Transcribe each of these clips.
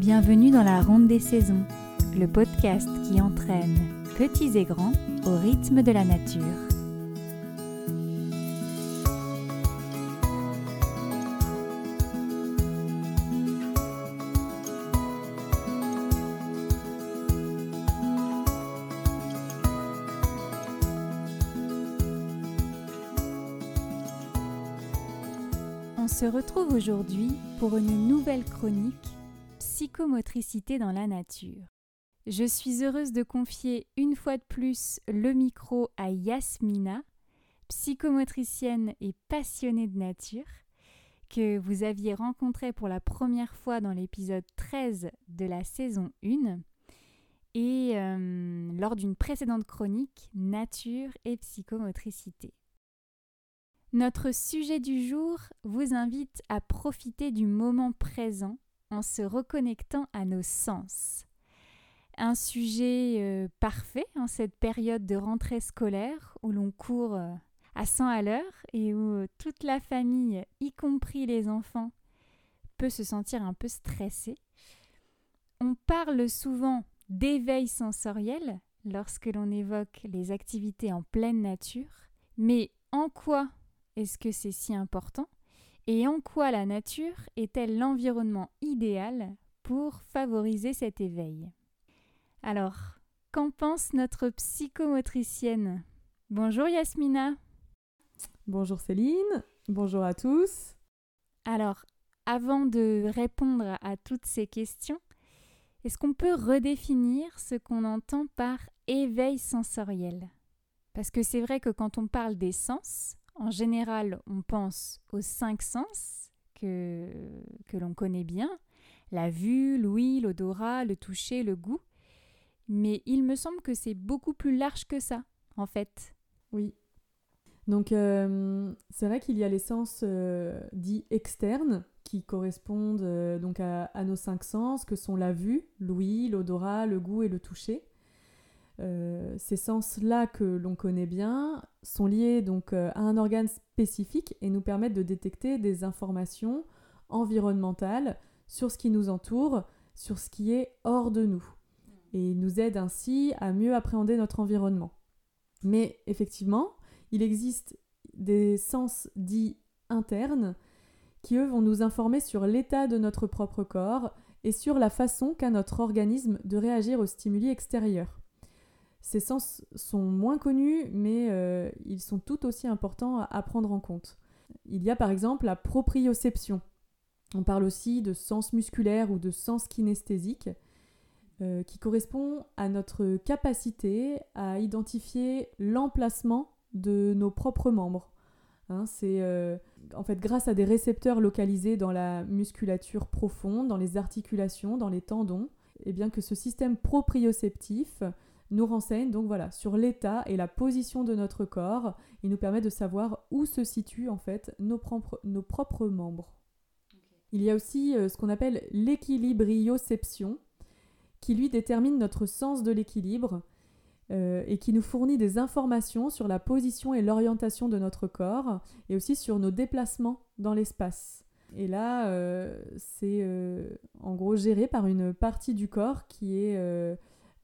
Bienvenue dans la Ronde des Saisons, le podcast qui entraîne petits et grands au rythme de la nature. On se retrouve aujourd'hui pour une nouvelle chronique Psychomotricité dans la nature. Je suis heureuse de confier une fois de plus le micro à Yasmina, psychomotricienne et passionnée de nature, que vous aviez rencontrée pour la première fois dans l'épisode 13 de la saison 1 et lors d'une précédente chronique Nature et psychomotricité. Notre sujet du jour vous invite à profiter du moment présent en se reconnectant à nos sens. Un sujet parfait en cette période de rentrée scolaire où l'on court à 100 à l'heure et où toute la famille, y compris les enfants, peut se sentir un peu stressée. On parle souvent d'éveil sensoriel lorsque l'on évoque les activités en pleine nature, mais en quoi est-ce que c'est si important ? Et en quoi la nature est-elle l'environnement idéal pour favoriser cet éveil ? Alors, qu'en pense notre psychomotricienne ? Bonjour Yasmina. Bonjour Céline, bonjour à tous. Alors, avant de répondre à toutes ces questions, est-ce qu'on peut redéfinir ce qu'on entend par éveil sensoriel ? Parce que c'est vrai que quand on parle des sens, en général, on pense aux 5 sens que l'on connaît bien, la vue, l'ouïe, l'odorat, le toucher, le goût. Mais il me semble que c'est beaucoup plus large que ça, en fait. Oui. Donc, c'est vrai qu'il y a les sens dits externes qui correspondent donc à nos 5 sens, que sont la vue, l'ouïe, l'odorat, le goût et le toucher. Ces sens-là que l'on connaît bien sont liés donc à un organe spécifique et nous permettent de détecter des informations environnementales sur ce qui nous entoure, sur ce qui est hors de nous. Et ils nous aident ainsi à mieux appréhender notre environnement. Mais effectivement, il existe des sens dits internes qui, eux, vont nous informer sur l'état de notre propre corps et sur la façon qu'a notre organisme de réagir aux stimuli extérieurs. Ces sens sont moins connus, mais ils sont tout aussi importants à prendre en compte. Il y a par exemple la proprioception. On parle aussi de sens musculaire ou de sens kinesthésique, qui correspond à notre capacité à identifier l'emplacement de nos propres membres. C'est en fait grâce à des récepteurs localisés dans la musculature profonde, dans les articulations, dans les tendons, et bien que ce système proprioceptif nous renseigne donc sur l'état et la position de notre corps. Il nous permet de savoir où se situent en fait nos propres membres. Okay. Il y a aussi ce qu'on appelle l'équilibrioception, qui lui détermine notre sens de l'équilibre et qui nous fournit des informations sur la position et l'orientation de notre corps et aussi sur nos déplacements dans l'espace. Et là, c'est en gros géré par une partie du corps qui est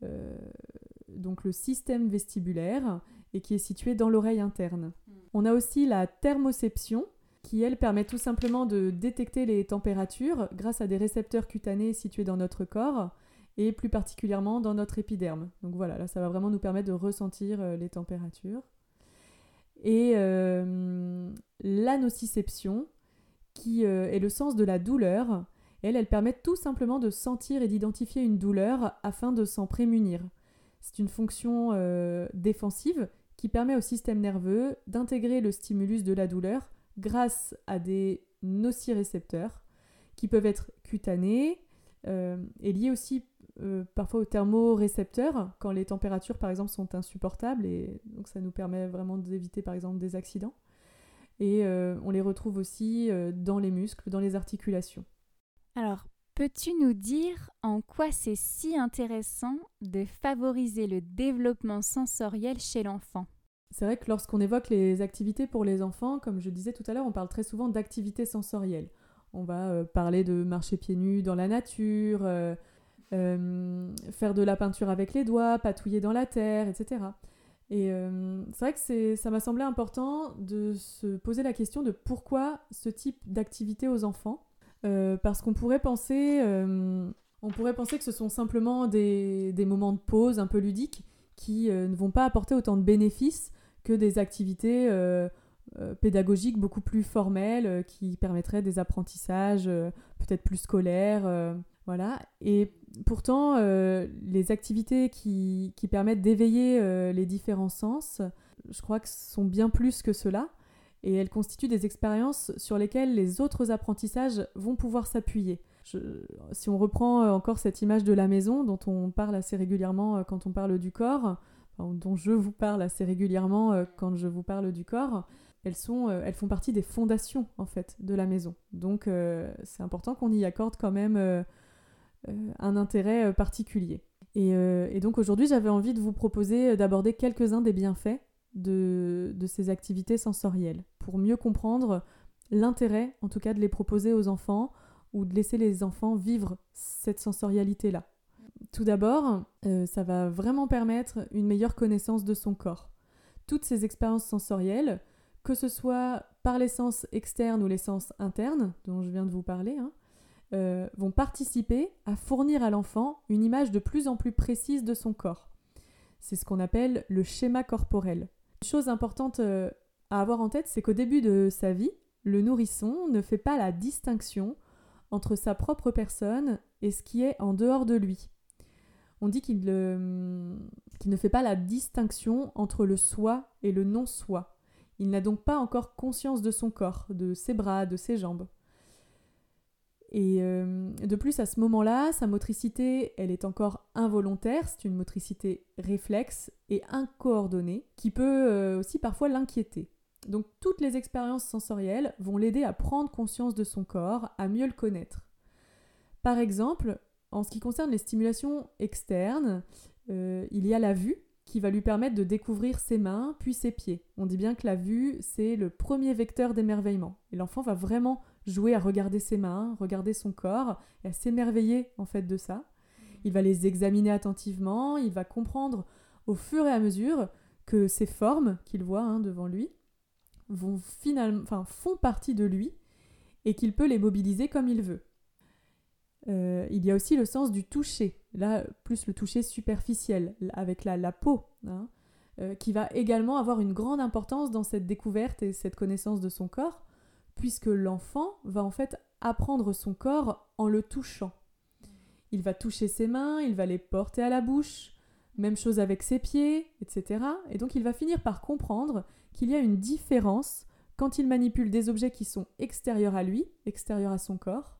donc le système vestibulaire et qui est situé dans l'oreille interne. On a aussi la thermoception qui, elle, permet tout simplement de détecter les températures grâce à des récepteurs cutanés situés dans notre corps et plus particulièrement dans notre épiderme. Donc voilà, là ça va vraiment nous permettre de ressentir les températures. Et l'anociception qui est le sens de la douleur. Elle permet tout simplement de sentir et d'identifier une douleur afin de s'en prémunir. C'est une fonction défensive qui permet au système nerveux d'intégrer le stimulus de la douleur grâce à des nocirécepteurs qui peuvent être cutanés et liés aussi parfois aux thermorécepteurs quand les températures par exemple sont insupportables, et donc ça nous permet vraiment d'éviter par exemple des accidents. Et on les retrouve aussi dans les muscles, dans les articulations. Alors, peux-tu nous dire en quoi c'est si intéressant de favoriser le développement sensoriel chez l'enfant ? C'est vrai que lorsqu'on évoque les activités pour les enfants, comme je disais tout à l'heure, on parle très souvent d'activités sensorielles. On va parler de marcher pieds nus dans la nature, faire de la peinture avec les doigts, patouiller dans la terre, etc. Et c'est vrai que ça m'a semblé important de se poser la question de pourquoi ce type d'activité aux enfants. Parce qu'on pourrait penser que ce sont simplement des moments de pause un peu ludiques qui ne vont pas apporter autant de bénéfices que des activités pédagogiques beaucoup plus formelles qui permettraient des apprentissages peut-être plus scolaires. Voilà. Et pourtant, les activités qui permettent d'éveiller les différents sens, je crois que sont bien plus que cela. Et elles constituent des expériences sur lesquelles les autres apprentissages vont pouvoir s'appuyer. Si on reprend encore cette image de la maison dont on parle assez régulièrement quand on parle du corps, dont je vous parle assez régulièrement quand je vous parle du corps, elles font partie des fondations en fait de la maison. Donc c'est important qu'on y accorde quand même un intérêt particulier. Et donc aujourd'hui j'avais envie de vous proposer d'aborder quelques-uns des bienfaits de ces activités sensorielles pour mieux comprendre l'intérêt en tout cas de les proposer aux enfants ou de laisser les enfants vivre cette sensorialité-là. Tout d'abord, ça va vraiment permettre une meilleure connaissance de son corps. Toutes ces expériences sensorielles, que ce soit par les sens externes ou les sens internes, dont je viens de vous parler, vont participer à fournir à l'enfant une image de plus en plus précise de son corps. C'est ce qu'on appelle le schéma corporel. Une chose importante à avoir en tête, c'est qu'au début de sa vie, le nourrisson ne fait pas la distinction entre sa propre personne et ce qui est en dehors de lui. On dit qu'il ne fait pas la distinction entre le soi et le non-soi. Il n'a donc pas encore conscience de son corps, de ses bras, de ses jambes. Et de plus, à ce moment-là, sa motricité, elle est encore involontaire, c'est une motricité réflexe et incoordonnée qui peut aussi parfois l'inquiéter. Donc toutes les expériences sensorielles vont l'aider à prendre conscience de son corps, à mieux le connaître. Par exemple, en ce qui concerne les stimulations externes, il y a la vue qui va lui permettre de découvrir ses mains puis ses pieds. On dit bien que la vue, c'est le premier vecteur d'émerveillement. Et l'enfant va vraiment jouer à regarder ses mains, regarder son corps et à s'émerveiller en fait de ça. Il va les examiner attentivement, il va comprendre au fur et à mesure que ces formes qu'il voit devant lui font partie de lui et qu'il peut les mobiliser comme il veut. Il y a aussi le sens du toucher, là plus le toucher superficiel, avec la peau, qui va également avoir une grande importance dans cette découverte et cette connaissance de son corps, puisque l'enfant va en fait apprendre son corps en le touchant. Il va toucher ses mains, il va les porter à la bouche, même chose avec ses pieds, etc. Et donc il va finir par comprendre qu'il y a une différence quand il manipule des objets qui sont extérieurs à lui, extérieurs à son corps.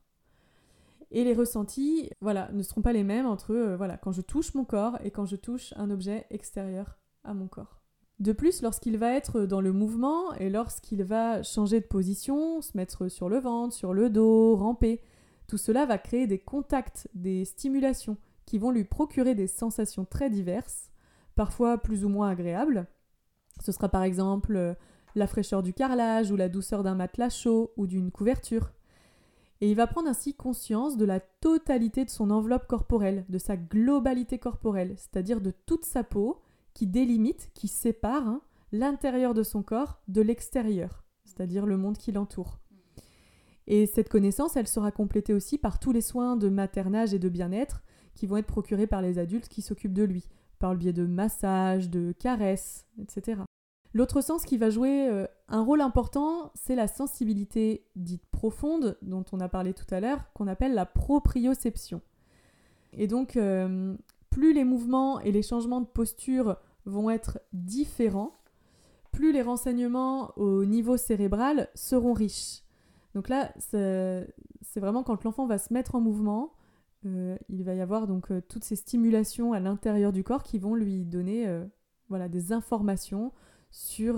Et les ressentis ne seront pas les mêmes entre quand je touche mon corps et quand je touche un objet extérieur à mon corps. De plus, lorsqu'il va être dans le mouvement et lorsqu'il va changer de position, se mettre sur le ventre, sur le dos, ramper, tout cela va créer des contacts, des stimulations qui vont lui procurer des sensations très diverses, parfois plus ou moins agréables. Ce sera par exemple la fraîcheur du carrelage ou la douceur d'un matelas chaud ou d'une couverture. Et il va prendre ainsi conscience de la totalité de son enveloppe corporelle, de sa globalité corporelle, c'est-à-dire de toute sa peau qui délimite, qui sépare l'intérieur de son corps de l'extérieur, c'est-à-dire le monde qui l'entoure. Et cette connaissance, elle sera complétée aussi par tous les soins de maternage et de bien-être qui vont être procurés par les adultes qui s'occupent de lui, par le biais de massages, de caresses, etc. L'autre sens qui va jouer un rôle important, c'est la sensibilité dite profonde, dont on a parlé tout à l'heure, qu'on appelle la proprioception. Et donc, plus les mouvements et les changements de posture vont être différents, plus les renseignements au niveau cérébral seront riches. Donc là, c'est vraiment quand l'enfant va se mettre en mouvement, il va y avoir donc toutes ces stimulations à l'intérieur du corps qui vont lui donner des informations sur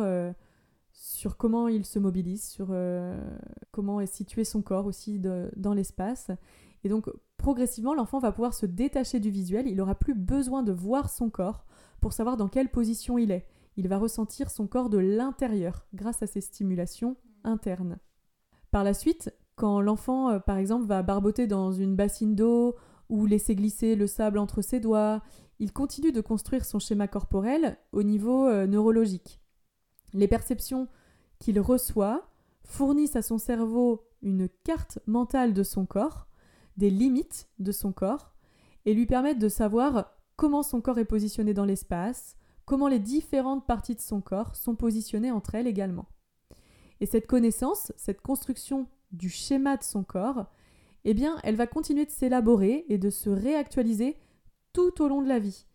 comment il se mobilise, sur comment est situé son corps aussi dans l'espace. Et donc, progressivement, l'enfant va pouvoir se détacher du visuel. Il n'aura plus besoin de voir son corps pour savoir dans quelle position il est. Il va ressentir son corps de l'intérieur grâce à ces stimulations internes. Par la suite, Quand l'enfant, par exemple, va barboter dans une bassine d'eau ou laisser glisser le sable entre ses doigts, il continue de construire son schéma corporel au niveau neurologique. Les perceptions qu'il reçoit fournissent à son cerveau une carte mentale de son corps, des limites de son corps, et lui permettent de savoir comment son corps est positionné dans l'espace, comment les différentes parties de son corps sont positionnées entre elles également. Et cette connaissance, cette construction du schéma de son corps, eh bien, elle va continuer de s'élaborer et de se réactualiser tout au long de la vie,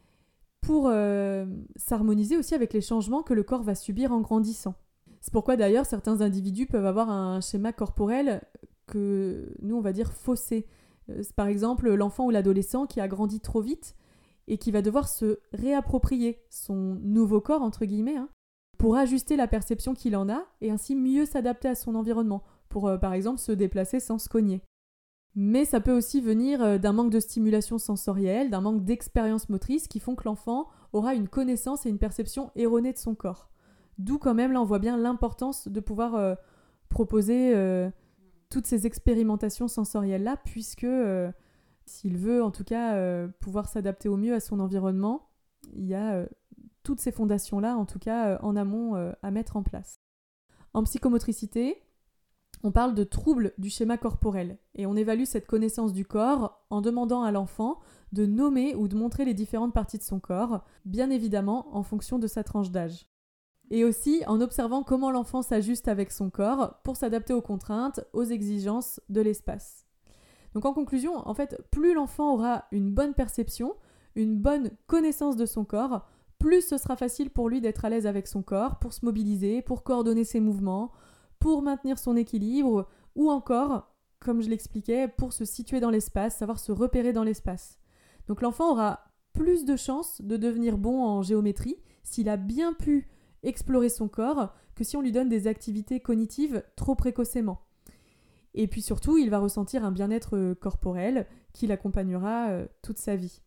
pour s'harmoniser aussi avec les changements que le corps va subir en grandissant. C'est pourquoi d'ailleurs certains individus peuvent avoir un schéma corporel que nous on va dire faussé. C'est par exemple l'enfant ou l'adolescent qui a grandi trop vite et qui va devoir se réapproprier son nouveau corps, entre guillemets, pour ajuster la perception qu'il en a et ainsi mieux s'adapter à son environnement, pour par exemple se déplacer sans se cogner. Mais ça peut aussi venir d'un manque de stimulation sensorielle, d'un manque d'expérience motrice qui font que l'enfant aura une connaissance et une perception erronée de son corps. D'où quand même là on voit bien l'importance de pouvoir proposer toutes ces expérimentations sensorielles-là, puisque s'il veut en tout cas pouvoir s'adapter au mieux à son environnement, il y a toutes ces fondations-là en tout cas en amont à mettre en place. En psychomotricité, on parle de troubles du schéma corporel et on évalue cette connaissance du corps en demandant à l'enfant de nommer ou de montrer les différentes parties de son corps, bien évidemment en fonction de sa tranche d'âge. Et aussi en observant comment l'enfant s'ajuste avec son corps pour s'adapter aux contraintes, aux exigences de l'espace. Donc en conclusion, en fait, plus l'enfant aura une bonne perception, une bonne connaissance de son corps, plus ce sera facile pour lui d'être à l'aise avec son corps, pour se mobiliser, pour coordonner ses mouvements, pour maintenir son équilibre, ou encore, comme je l'expliquais, pour se situer dans l'espace, savoir se repérer dans l'espace. Donc l'enfant aura plus de chances de devenir bon en géométrie s'il a bien pu explorer son corps que si on lui donne des activités cognitives trop précocement. Et puis surtout, il va ressentir un bien-être corporel qui l'accompagnera toute sa vie.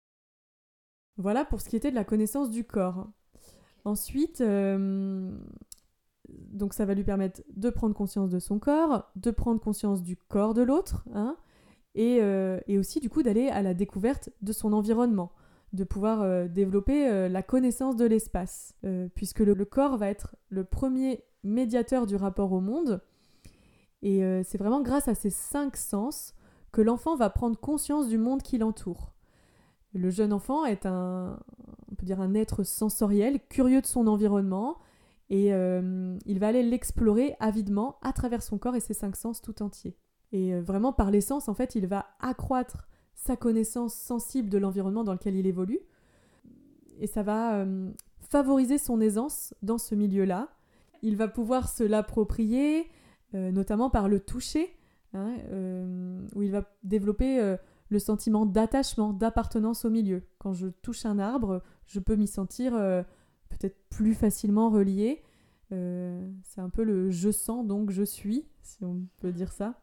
Voilà pour ce qui était de la connaissance du corps. Ensuite, donc ça va lui permettre de prendre conscience de son corps, de prendre conscience du corps de l'autre, et aussi du coup d'aller à la découverte de son environnement, de pouvoir développer la connaissance de l'espace, puisque le corps va être le premier médiateur du rapport au monde, et c'est vraiment grâce à ces 5 sens que l'enfant va prendre conscience du monde qui l'entoure. Le jeune enfant est on peut dire un être sensoriel, curieux de son environnement, et il va aller l'explorer avidement à travers son corps et ses 5 sens tout entiers. Et vraiment par l'essence, en fait, il va accroître sa connaissance sensible de l'environnement dans lequel il évolue, et ça va favoriser son aisance dans ce milieu-là. Il va pouvoir se l'approprier, notamment par le toucher, où il va développer le sentiment d'attachement, d'appartenance au milieu. Quand je touche un arbre, je peux m'y sentir peut-être plus facilement relié. C'est un peu le « je sens, donc je suis », si on peut dire ça.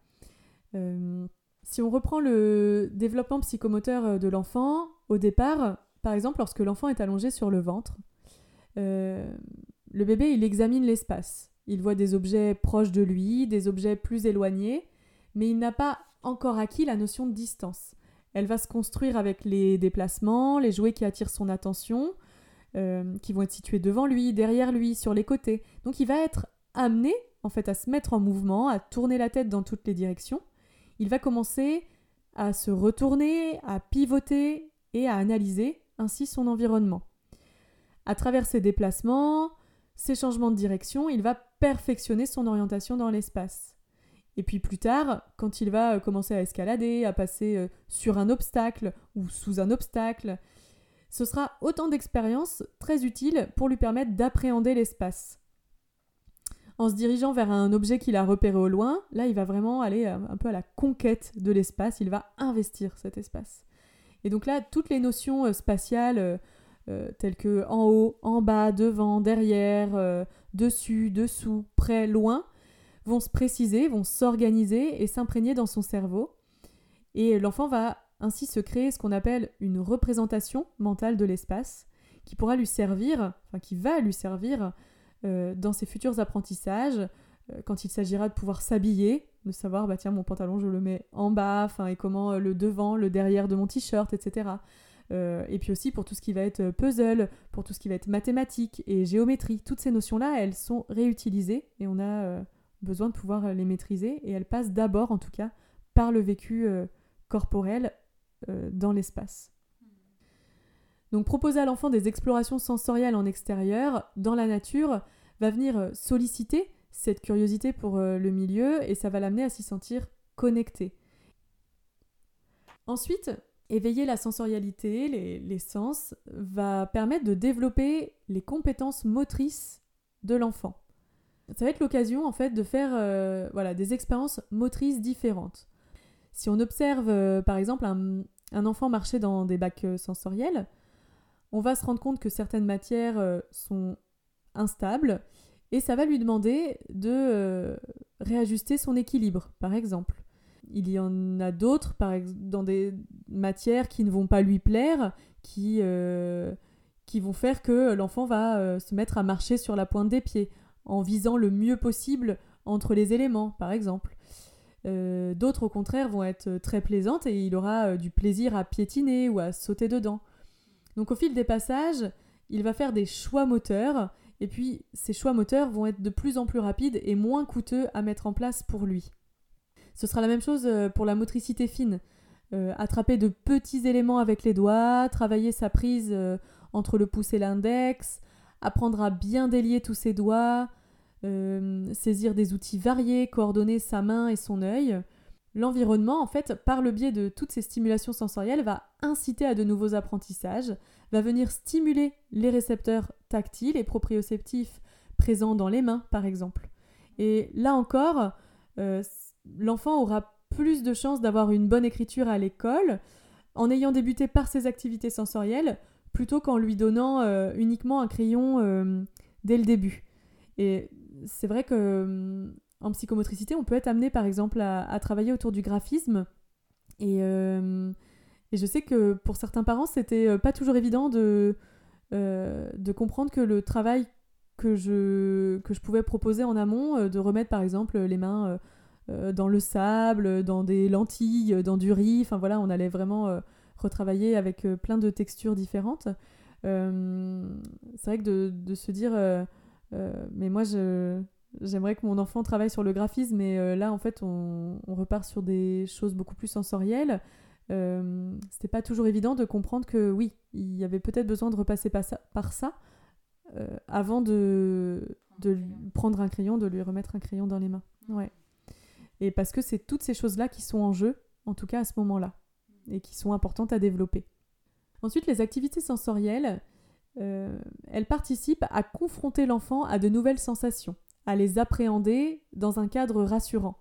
Si on reprend le développement psychomoteur de l'enfant, au départ, par exemple, lorsque l'enfant est allongé sur le ventre, le bébé, il examine l'espace. Il voit des objets proches de lui, des objets plus éloignés, mais il n'a pas encore acquis la notion de distance. Elle va se construire avec les déplacements, les jouets qui attirent son attention, qui vont être situés devant lui, derrière lui, sur les côtés. Donc il va être amené en fait, à se mettre en mouvement, à tourner la tête dans toutes les directions. Il va commencer à se retourner, à pivoter et à analyser ainsi son environnement. À travers ses déplacements, ses changements de direction, il va perfectionner son orientation dans l'espace. Et puis plus tard, quand il va commencer à escalader, à passer sur un obstacle ou sous un obstacle, ce sera autant d'expériences très utiles pour lui permettre d'appréhender l'espace. En se dirigeant vers un objet qu'il a repéré au loin, là il va vraiment aller un peu à la conquête de l'espace, il va investir cet espace. Et donc là, toutes les notions spatiales, telles que en haut, en bas, devant, derrière, dessus, dessous, près, loin, vont se préciser, vont s'organiser et s'imprégner dans son cerveau. Et l'enfant va ainsi se créer ce qu'on appelle une représentation mentale de l'espace, qui va lui servir dans ses futurs apprentissages, quand il s'agira de pouvoir s'habiller, de savoir, tiens, mon pantalon, je le mets en bas, et comment le devant, le derrière de mon t-shirt, etc. Et puis aussi pour tout ce qui va être puzzle, pour tout ce qui va être mathématiques et géométrie. Toutes ces notions-là, elles sont réutilisées et on a besoin de pouvoir les maîtriser. Et elles passent d'abord, en tout cas, par le vécu corporel dans l'espace. Donc proposer à l'enfant des explorations sensorielles en extérieur, dans la nature, va venir solliciter cette curiosité pour le milieu et ça va l'amener à s'y sentir connecté. Ensuite, éveiller la sensorialité, les sens, va permettre de développer les compétences motrices de l'enfant. Ça va être l'occasion en fait de faire des expériences motrices différentes. Si on observe par exemple un enfant marcher dans des bacs sensoriels, on va se rendre compte que certaines matières sont instables et ça va lui demander de réajuster son équilibre, par exemple. Il y en a d'autres, dans des matières qui ne vont pas lui plaire, qui vont faire que l'enfant va se mettre à marcher sur la pointe des pieds, en visant le mieux possible entre les éléments, par exemple. D'autres, au contraire, vont être très plaisantes et il aura du plaisir à piétiner ou à sauter dedans. Donc au fil des passages, il va faire des choix moteurs, et puis ces choix moteurs vont être de plus en plus rapides et moins coûteux à mettre en place pour lui. Ce sera la même chose pour la motricité fine. Attraper de petits éléments avec les doigts, travailler sa prise entre le pouce et l'index, apprendre à bien délier tous ses doigts, saisir des outils variés, coordonner sa main et son œil. L'environnement, en fait, par le biais de toutes ces stimulations sensorielles, va inciter à de nouveaux apprentissages, va venir stimuler les récepteurs tactiles et proprioceptifs présents dans les mains, par exemple. Et là encore, l'enfant aura plus de chances d'avoir une bonne écriture à l'école en ayant débuté par ses activités sensorielles plutôt qu'en lui donnant uniquement un crayon dès le début. Et c'est vrai que en psychomotricité, on peut être amené par exemple à travailler autour du graphisme et je sais que pour certains parents, c'était pas toujours évident de comprendre que le travail que je pouvais proposer en amont, de remettre par exemple les mains dans le sable, dans des lentilles, dans du riz, on allait vraiment retravailler avec plein de textures différentes. C'est vrai que de se dire mais moi j'aimerais que mon enfant travaille sur le graphisme, mais là en fait on repart sur des choses beaucoup plus sensorielles. C'était pas toujours évident de comprendre que oui, il y avait peut-être besoin de repasser par ça avant de prendre un crayon, de lui remettre un crayon dans les mains. Ouais. Et parce que c'est toutes ces choses-là qui sont en jeu, en tout cas à ce moment-là, et qui sont importantes à développer. Ensuite, les activités sensorielles, elles participent à confronter l'enfant à de nouvelles sensations, à les appréhender dans un cadre rassurant.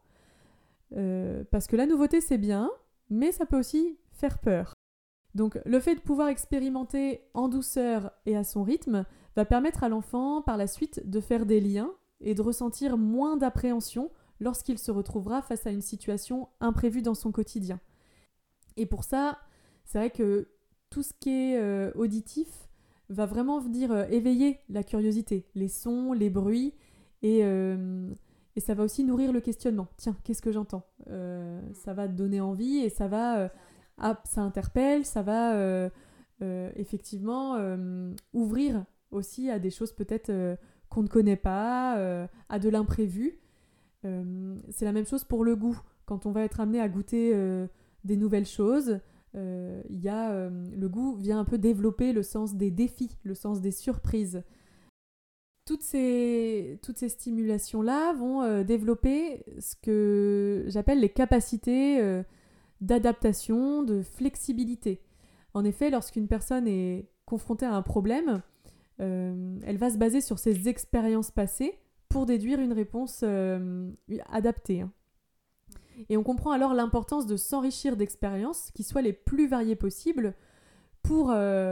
Parce que la nouveauté, c'est bien, mais ça peut aussi faire peur. Donc le fait de pouvoir expérimenter en douceur et à son rythme va permettre à l'enfant par la suite de faire des liens et de ressentir moins d'appréhension lorsqu'il se retrouvera face à une situation imprévue dans son quotidien. Et pour ça, c'est vrai que tout ce qui est auditif va vraiment venir éveiller la curiosité, les sons, les bruits, et ça va aussi nourrir le questionnement. Tiens, qu'est-ce que j'entends ? Ça va te donner envie et ça va... ça interpelle, ça va effectivement ouvrir aussi à des choses peut-être qu'on ne connaît pas, à de l'imprévu. C'est la même chose pour le goût. Quand on va être amené à goûter des nouvelles choses, le goût vient un peu développer le sens des défis, le sens des surprises. Toutes ces stimulations-là vont développer ce que j'appelle les capacités d'adaptation, de flexibilité. En effet, lorsqu'une personne est confrontée à un problème, elle va se baser sur ses expériences passées pour déduire une réponse adaptée. Et on comprend alors l'importance de s'enrichir d'expériences qui soient les plus variées possibles pour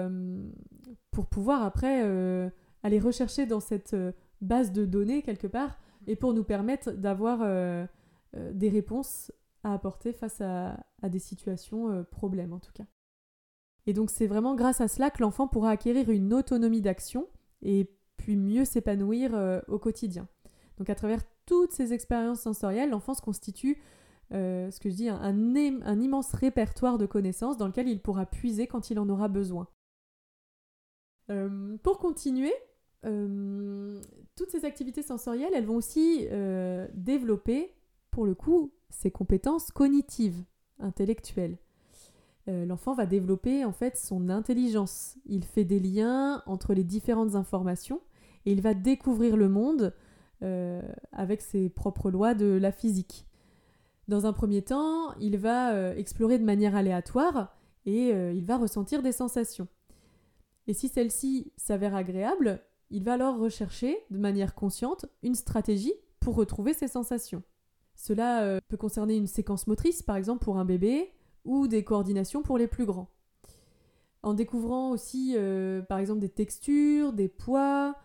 pouvoir après aller rechercher dans cette base de données quelque part et pour nous permettre d'avoir des réponses à apporter face à des situations problèmes en tout cas. Et donc c'est vraiment grâce à cela que l'enfant pourra acquérir une autonomie d'action et puis mieux s'épanouir au quotidien. Donc à travers toutes ces expériences sensorielles, l'enfant se constitue, ce que je dis, un immense répertoire de connaissances dans lequel il pourra puiser quand il en aura besoin. Pour continuer, toutes ces activités sensorielles, elles vont aussi développer, pour le coup, ses compétences cognitives, intellectuelles. L'enfant va développer en fait son intelligence. Il fait des liens entre les différentes informations et il va découvrir le monde avec ses propres lois de la physique. Dans un premier temps, il va explorer de manière aléatoire et il va ressentir des sensations. Et si celle-ci s'avère agréable, il va alors rechercher de manière consciente une stratégie pour retrouver ces sensations. Cela peut concerner une séquence motrice, par exemple pour un bébé, ou des coordinations pour les plus grands. En découvrant aussi, par exemple, des textures, des poids,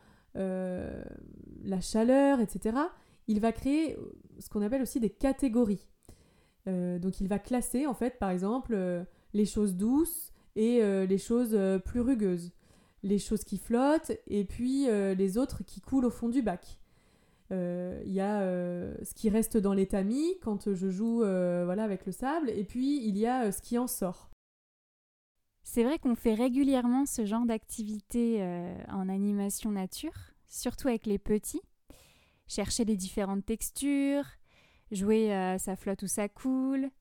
la chaleur, etc., il va créer ce qu'on appelle aussi des catégories. Donc il va classer, en fait, par exemple, les choses douces et les choses plus rugueuses, les choses qui flottent et puis les autres qui coulent au fond du bac. Il y a ce qui reste dans les tamis quand je joue avec le sable, et puis il y a ce qui en sort. C'est vrai qu'on fait régulièrement ce genre d'activité en animation nature, surtout avec les petits. Chercher les différentes textures, jouer ça flotte ou ça coule.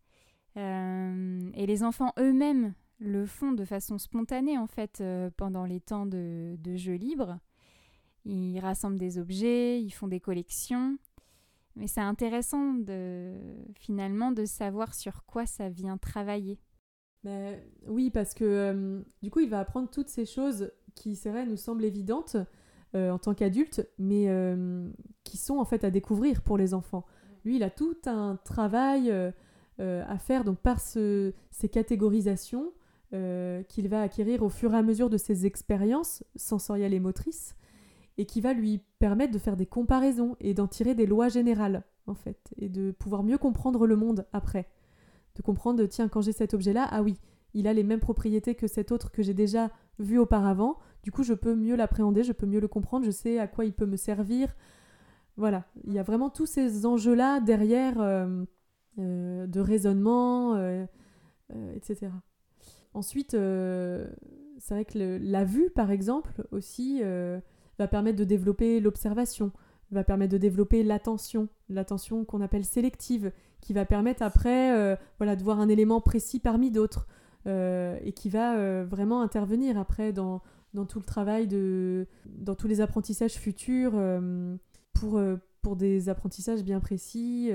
Et les enfants eux-mêmes le font de façon spontanée en fait pendant les temps de jeu libre. Ils rassemblent des objets, ils font des collections. Mais c'est intéressant finalement de savoir sur quoi ça vient travailler. Oui, parce que du coup, il va apprendre toutes ces choses qui, c'est vrai, nous semblent évidentes en tant qu'adulte, mais qui sont en fait à découvrir pour les enfants. Lui, il a tout un travail à faire donc, par ces catégorisations qu'il va acquérir au fur et à mesure de ses expériences sensorielles et motrices, et qui va lui permettre de faire des comparaisons et d'en tirer des lois générales, en fait, et de pouvoir mieux comprendre le monde après. De comprendre, tiens, quand j'ai cet objet-là, ah oui, il a les mêmes propriétés que cet autre que j'ai déjà vu auparavant, du coup je peux mieux l'appréhender, je peux mieux le comprendre, je sais à quoi il peut me servir. Voilà, il y a vraiment tous ces enjeux-là derrière de raisonnement, etc. Ensuite, c'est vrai que la vue, par exemple, aussi va permettre de développer l'observation, va permettre de développer l'attention qu'on appelle sélective, qui va permettre après de voir un élément précis parmi d'autres, et qui va vraiment intervenir après dans tout le travail, dans tous les apprentissages futurs, pour des apprentissages bien précis.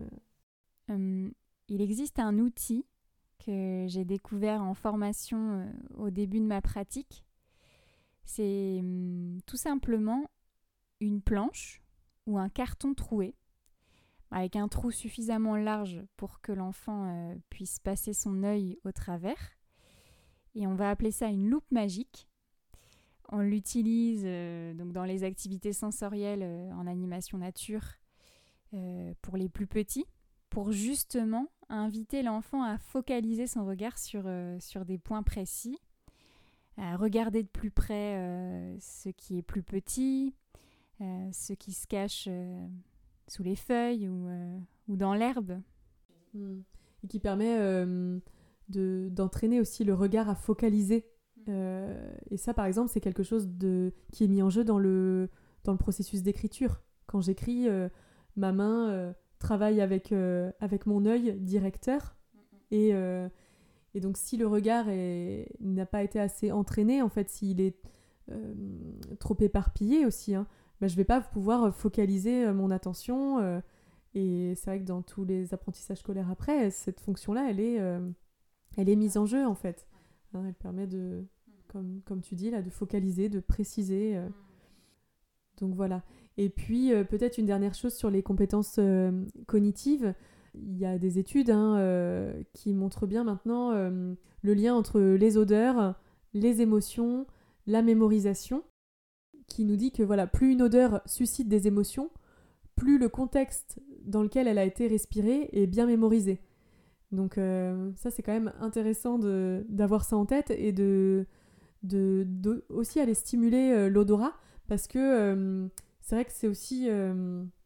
Il existe un outil que j'ai découvert en formation au début de ma pratique. C'est tout simplement une planche ou un carton troué, avec un trou suffisamment large pour que l'enfant puisse passer son œil au travers. Et on va appeler ça une loupe magique. On l'utilise donc dans les activités sensorielles en animation nature pour les plus petits, pour justement inviter l'enfant à focaliser son regard sur des points précis, à regarder de plus près ce qui est plus petit, ce qui se cache sous les feuilles ou dans l'herbe. Et qui permet d'entraîner aussi le regard à focaliser. Et ça, par exemple, c'est quelque chose qui est mis en jeu dans le processus d'écriture. Quand j'écris, ma main travaille avec mon œil directeur. Et donc, si le regard n'a pas été assez entraîné, en fait, s'il est trop éparpillé aussi, je ne vais pas pouvoir focaliser mon attention. Et c'est vrai que dans tous les apprentissages scolaires après, cette fonction-là, elle est mise en jeu, en fait. Elle permet comme tu dis, là, de focaliser, de préciser. Donc voilà. Et puis, peut-être une dernière chose sur les compétences cognitives. Il y a des études qui montrent bien maintenant le lien entre les odeurs, les émotions, la mémorisation, qui nous dit que plus une odeur suscite des émotions, plus le contexte dans lequel elle a été respirée est bien mémorisé. Donc ça, c'est quand même intéressant d'avoir ça en tête et de aussi aller stimuler l'odorat, parce que c'est vrai que c'est aussi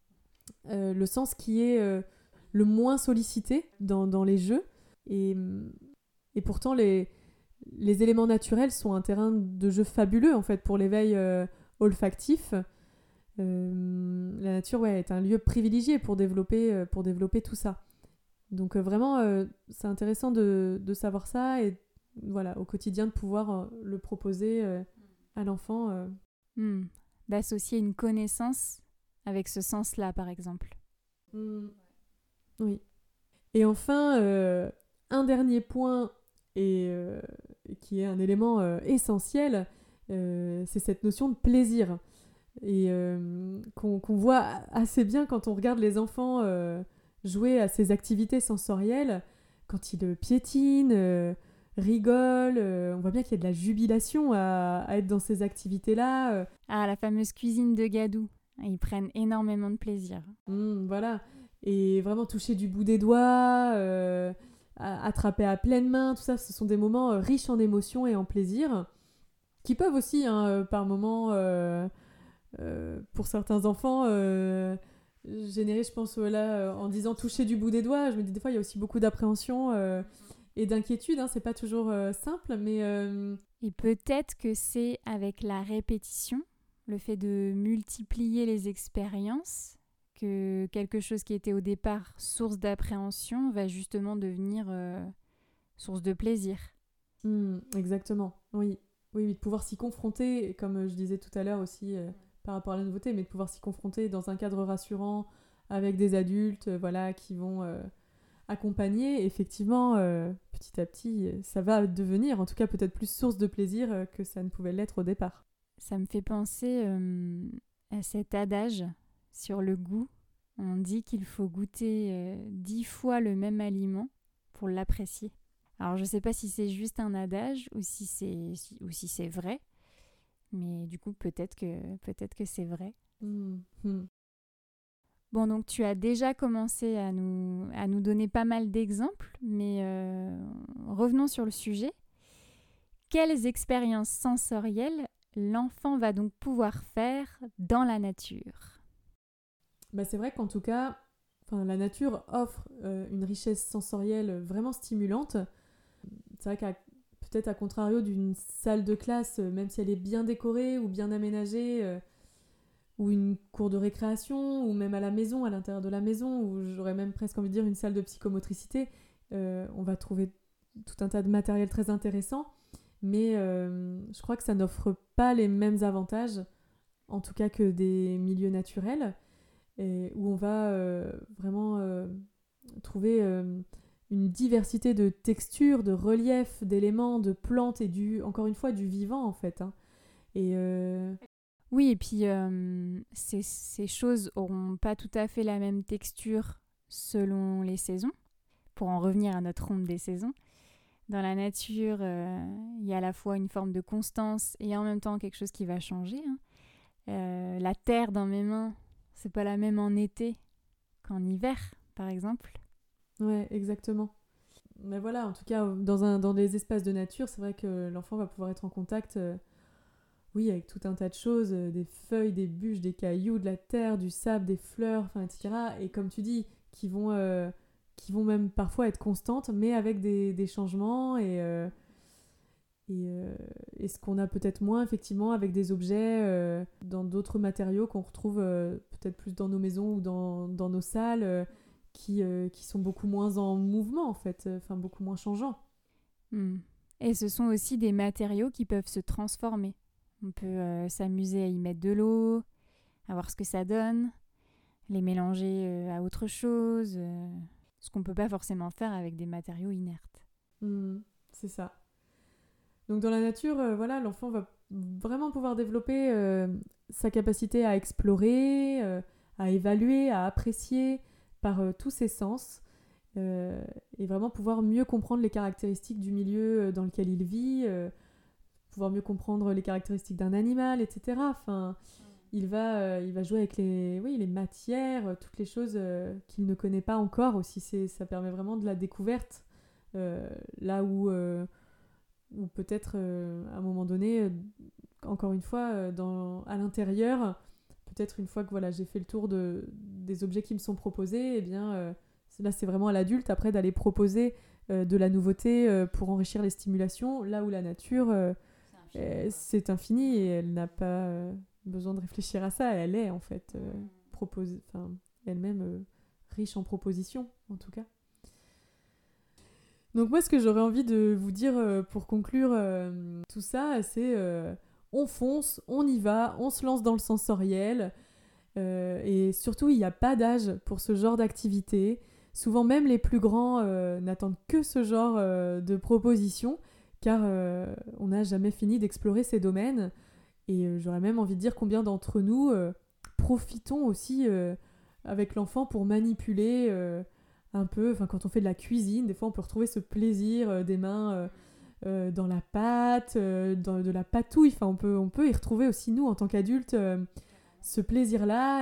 le sens qui est le moins sollicité dans les jeux. Et pourtant, les éléments naturels sont un terrain de jeu fabuleux en fait, pour l'éveil olfactif. La nature est un lieu privilégié pour développer tout ça. Donc vraiment, c'est intéressant de savoir ça et voilà, au quotidien de pouvoir le proposer à l'enfant. D'associer une connaissance avec ce sens-là, par exemple. Oui. Et enfin, un dernier point, et qui est un élément essentiel, c'est cette notion de plaisir. Et qu'on voit assez bien quand on regarde les enfants jouer à ces activités sensorielles, quand ils piétinent, rigolent, on voit bien qu'il y a de la jubilation à être dans ces activités-là. La fameuse cuisine de Gadou. Ils prennent énormément de plaisir. Voilà. Et vraiment toucher du bout des doigts, attraper à pleine main, tout ça, ce sont des moments riches en émotions et en plaisir, qui peuvent aussi, par moments, pour certains enfants, générer, je pense, en disant toucher du bout des doigts, je me dis des fois, il y a aussi beaucoup d'appréhension et d'inquiétude, c'est pas toujours simple, mais... Et peut-être que c'est avec la répétition, le fait de multiplier les expériences, que quelque chose qui était au départ source d'appréhension va justement devenir source de plaisir. Exactement, oui, de pouvoir s'y confronter, comme je disais tout à l'heure aussi, par rapport à la nouveauté, mais de pouvoir s'y confronter dans un cadre rassurant, avec des adultes qui vont accompagner. Effectivement, petit à petit, ça va devenir, en tout cas peut-être plus source de plaisir que ça ne pouvait l'être au départ. Ça me fait penser à cet adage sur le goût. On dit qu'il faut goûter 10 fois le même aliment pour l'apprécier. Alors je ne sais pas si c'est juste un adage ou si c'est vrai, mais du coup peut-être que c'est vrai. Bon, donc tu as déjà commencé à nous donner pas mal d'exemples, mais revenons sur le sujet. Quelles expériences sensorielles l'enfant va donc pouvoir faire dans la nature ? C'est vrai qu'en tout cas, la nature offre une richesse sensorielle vraiment stimulante. C'est vrai peut-être à contrario d'une salle de classe, même si elle est bien décorée ou bien aménagée, ou une cour de récréation, ou même à la maison, à l'intérieur de la maison, ou j'aurais même presque envie de dire une salle de psychomotricité, on va trouver tout un tas de matériel très intéressant, mais je crois que ça n'offre pas les mêmes avantages, en tout cas que des milieux naturels, où on va vraiment trouver une diversité de textures, de reliefs, d'éléments, de plantes et encore une fois du vivant en fait. Oui, et puis ces choses n'auront pas tout à fait la même texture selon les saisons. Pour en revenir à notre ronde des saisons, dans la nature, il y a à la fois une forme de constance et en même temps quelque chose qui va changer. La terre dans mes mains, c'est pas la même en été qu'en hiver, par exemple. Ouais, exactement. Mais voilà, en tout cas, dans les espaces de nature, c'est vrai que l'enfant va pouvoir être en contact, avec tout un tas de choses, des feuilles, des bûches, des cailloux, de la terre, du sable, des fleurs, etc. Et comme tu dis, qui vont même parfois être constantes, mais avec des changements et ce qu'on a peut-être moins effectivement avec des objets dans d'autres matériaux qu'on retrouve peut-être plus dans nos maisons ou dans nos salles qui sont beaucoup moins en mouvement en fait, beaucoup moins changeants. Et ce sont aussi des matériaux qui peuvent se transformer. On peut s'amuser à y mettre de l'eau, à voir ce que ça donne, les mélanger à autre chose, ce qu'on ne peut pas forcément faire avec des matériaux inertes. C'est ça. Donc dans la nature, l'enfant va vraiment pouvoir développer sa capacité à explorer, à évaluer, à apprécier par tous ses sens, et vraiment pouvoir mieux comprendre les caractéristiques du milieu dans lequel il vit, pouvoir mieux comprendre les caractéristiques d'un animal, etc. Il va jouer avec les matières, toutes les choses qu'il ne connaît pas encore aussi. Ça permet vraiment de la découverte, là où peut-être à un moment donné, encore une fois, à l'intérieur, peut-être une fois que j'ai fait le tour des objets qui me sont proposés, eh bien, là c'est vraiment à l'adulte après d'aller proposer de la nouveauté pour enrichir les stimulations, là où la nature, c'est infini et elle n'a pas besoin de réfléchir à ça, elle est en fait elle-même riche en propositions en tout cas. Donc moi ce que j'aurais envie de vous dire pour conclure tout ça, c'est on fonce, on y va, on se lance dans le sensoriel et surtout il n'y a pas d'âge pour ce genre d'activité. Souvent même les plus grands n'attendent que ce genre de propositions car on n'a jamais fini d'explorer ces domaines et j'aurais même envie de dire combien d'entre nous profitons aussi avec l'enfant pour manipuler un peu, quand on fait de la cuisine, des fois on peut retrouver ce plaisir des mains dans la pâte, de la patouille, on peut y retrouver aussi nous en tant qu'adultes ce plaisir-là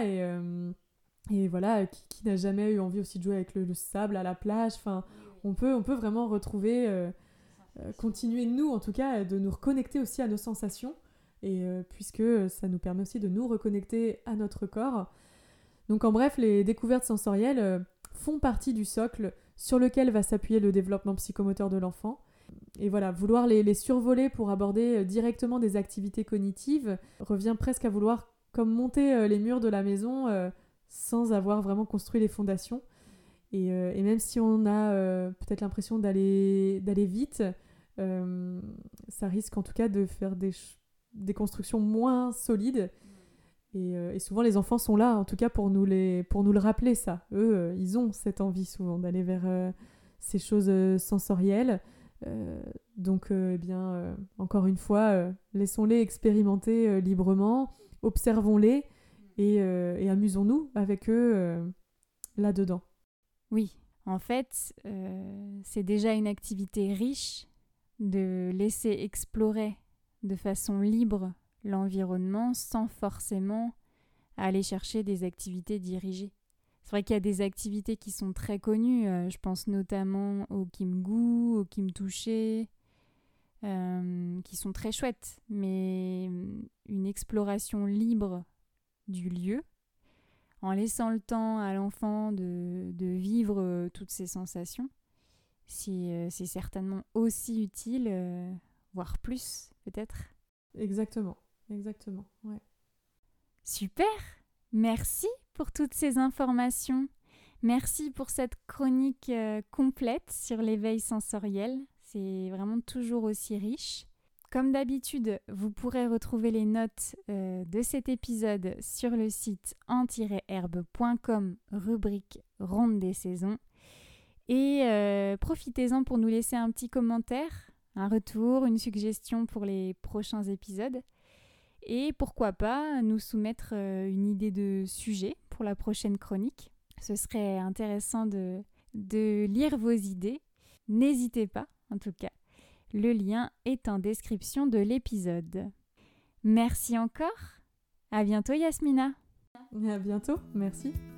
et voilà, qui n'a jamais eu envie aussi de jouer avec le sable à la plage, on peut vraiment retrouver, continuer nous en tout cas, de nous reconnecter aussi à nos sensations, et puisque ça nous permet aussi de nous reconnecter à notre corps. Donc en bref, les découvertes sensorielles font partie du socle sur lequel va s'appuyer le développement psychomoteur de l'enfant. Et voilà, vouloir les survoler pour aborder directement des activités cognitives revient presque à vouloir comme monter les murs de la maison sans avoir vraiment construit les fondations. Et même si on a peut-être l'impression d'aller vite, ça risque en tout cas de faire des constructions moins solides. Et souvent les enfants sont là, en tout cas pour nous le rappeler ça. Eux, ils ont cette envie souvent d'aller vers ces choses sensorielles. Donc, encore une fois, laissons-les expérimenter librement, observons-les et amusons-nous avec eux là-dedans. Oui, en fait, c'est déjà une activité riche de laisser explorer de façon libre l'environnement sans forcément aller chercher des activités dirigées. C'est vrai qu'il y a des activités qui sont très connues, je pense notamment au Kim-gu, au Kim-touché, qui sont très chouettes, mais une exploration libre du lieu, en laissant le temps à l'enfant de vivre toutes ces sensations, c'est certainement aussi utile, voire plus peut-être. Exactement, ouais. Super, merci pour toutes ces informations. Merci pour cette chronique complète sur l'éveil sensoriel. C'est vraiment toujours aussi riche. Comme d'habitude, vous pourrez retrouver les notes de cet épisode sur le site en-herbe.com, rubrique Ronde des saisons. Et profitez-en pour nous laisser un petit commentaire, un retour, une suggestion pour les prochains épisodes. Et pourquoi pas nous soumettre une idée de sujet pour la prochaine chronique. Ce serait intéressant de lire vos idées. N'hésitez pas, en tout cas. Le lien est en description de l'épisode. Merci encore. À bientôt Yasmina. À bientôt, merci.